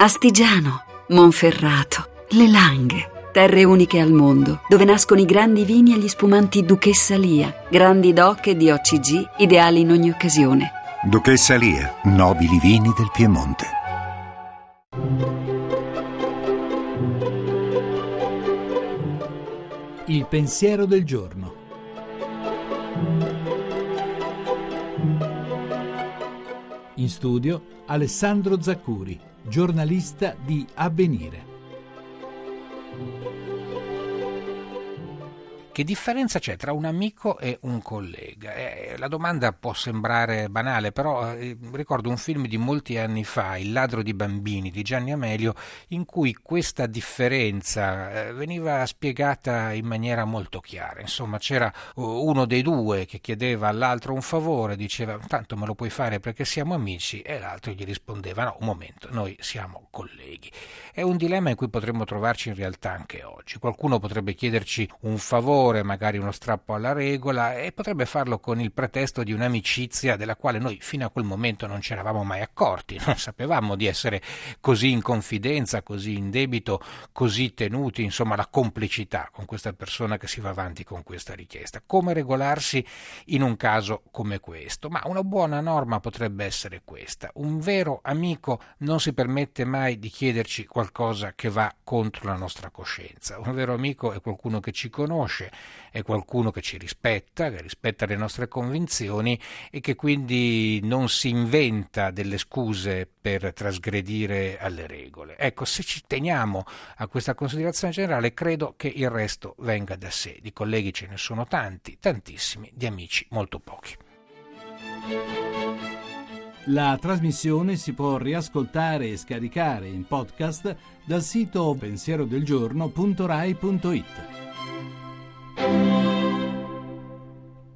Astigiano, Monferrato, Le Langhe. Terre uniche al mondo, dove nascono i grandi vini e gli spumanti Duchessa Lia, grandi DOC e DOCG, ideali in ogni occasione. Duchessa Lia, nobili vini del Piemonte. Il pensiero del giorno. In studio Alessandro Zaccuri, giornalista di Avvenire. Che differenza c'è tra un amico e un collega? La domanda può sembrare banale, però ricordo un film di molti anni fa, Il ladro di bambini di Gianni Amelio, in cui questa differenza veniva spiegata in maniera molto chiara. Insomma, c'era uno dei due che chiedeva all'altro un favore, diceva tanto me lo puoi fare perché siamo amici, e l'altro gli rispondeva no, un momento, noi siamo colleghi. È un dilemma in cui potremmo trovarci in realtà anche oggi. Qualcuno potrebbe chiederci un favore, magari uno strappo alla regola, e potrebbe farlo con il pretesto di un'amicizia della quale noi fino a quel momento non ci eravamo mai accorti, non sapevamo di essere così in confidenza, così in debito, così tenuti, insomma la complicità con questa persona che si va avanti con questa richiesta. Come regolarsi in un caso come questo? Ma una buona norma potrebbe essere questa: un vero amico non si permette mai di chiederci qualcosa che va contro la nostra coscienza. Un vero amico è qualcuno che ci conosce, è qualcuno che ci rispetta, che rispetta le nostre convinzioni e che quindi non si inventa delle scuse per trasgredire alle regole. Ecco, se ci teniamo a questa considerazione generale, credo che il resto venga da sé. Di colleghi ce ne sono tanti, tantissimi, di amici molto pochi. La trasmissione si può riascoltare e scaricare in podcast dal sito pensierodelgiorno.rai.it.